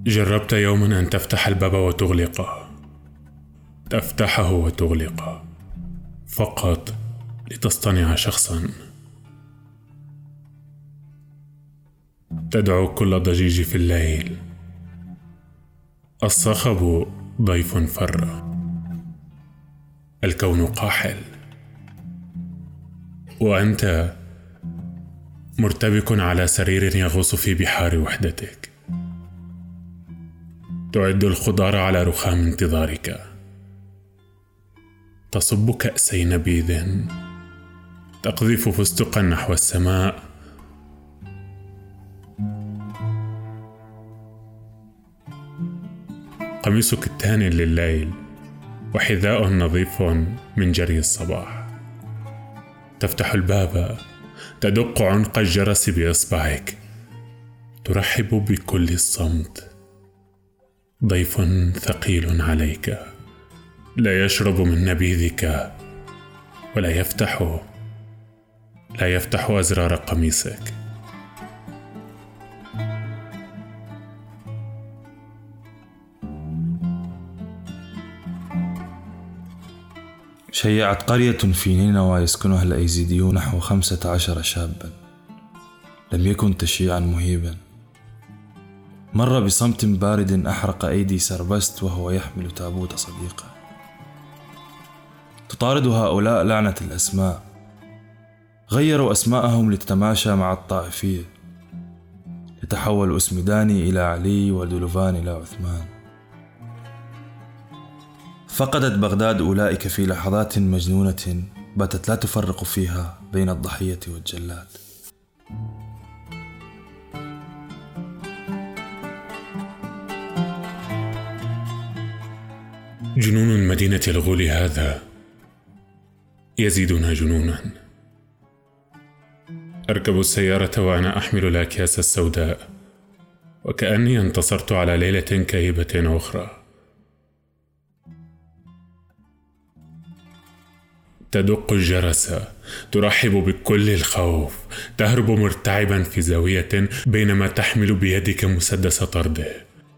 جربت يوما أن تفتح الباب وتغلقه، تفتحه وتغلقه فقط لتصطنع شخصا. تدعو كل ضجيج في الليل، الصخب ضيف فر، الكون قاحل، وأنت مرتبك على سرير يغوص في بحار وحدتك. تعد الخضار على رخام انتظارك، تصب كأسي نبيذ، تقذف فستقا نحو السماء. قميص كتان لليل وحذاء نظيف من جري الصباح. تفتح الباب، تدق عنق الجرس بإصبعك، ترحب بكل الصمت. ضيف ثقيل عليك، لا يشرب من نبيذك ولا يفتح أزرار قميصك. شيعت قرية في نينوى يسكنها الأيزيديون نحو 15 شابا. لم يكن تشييعا مهيبا، مر بصمت بارد أحرق أيدي سربست وهو يحمل تابوت صديقه. تطارد هؤلاء لعنة الأسماء، غيروا أسماءهم لتتماشى مع الطائفية، يتحول اسمداني إلى علي ودلوفان إلى عثمان. فقدت بغداد أولئك في لحظات مجنونة باتت لا تفرق فيها بين الضحية والجلاد. جنون مدينة الغول هذا يزيدنا جنونا. أركب السيارة وأنا أحمل الأكياس السوداء، وكأني انتصرت على ليلة كئيبة أخرى. تدق الجرس، ترحب بكل الخوف، تهرب مرتعبا في زاوية بينما تحمل بيدك مسدس طرده.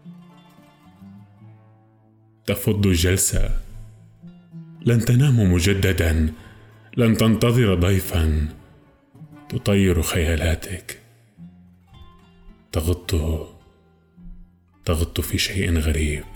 تفض الجلسة، لن تنام مجددا، لن تنتظر ضيفا، تطير خيالاتك، تغط في شيء غريب.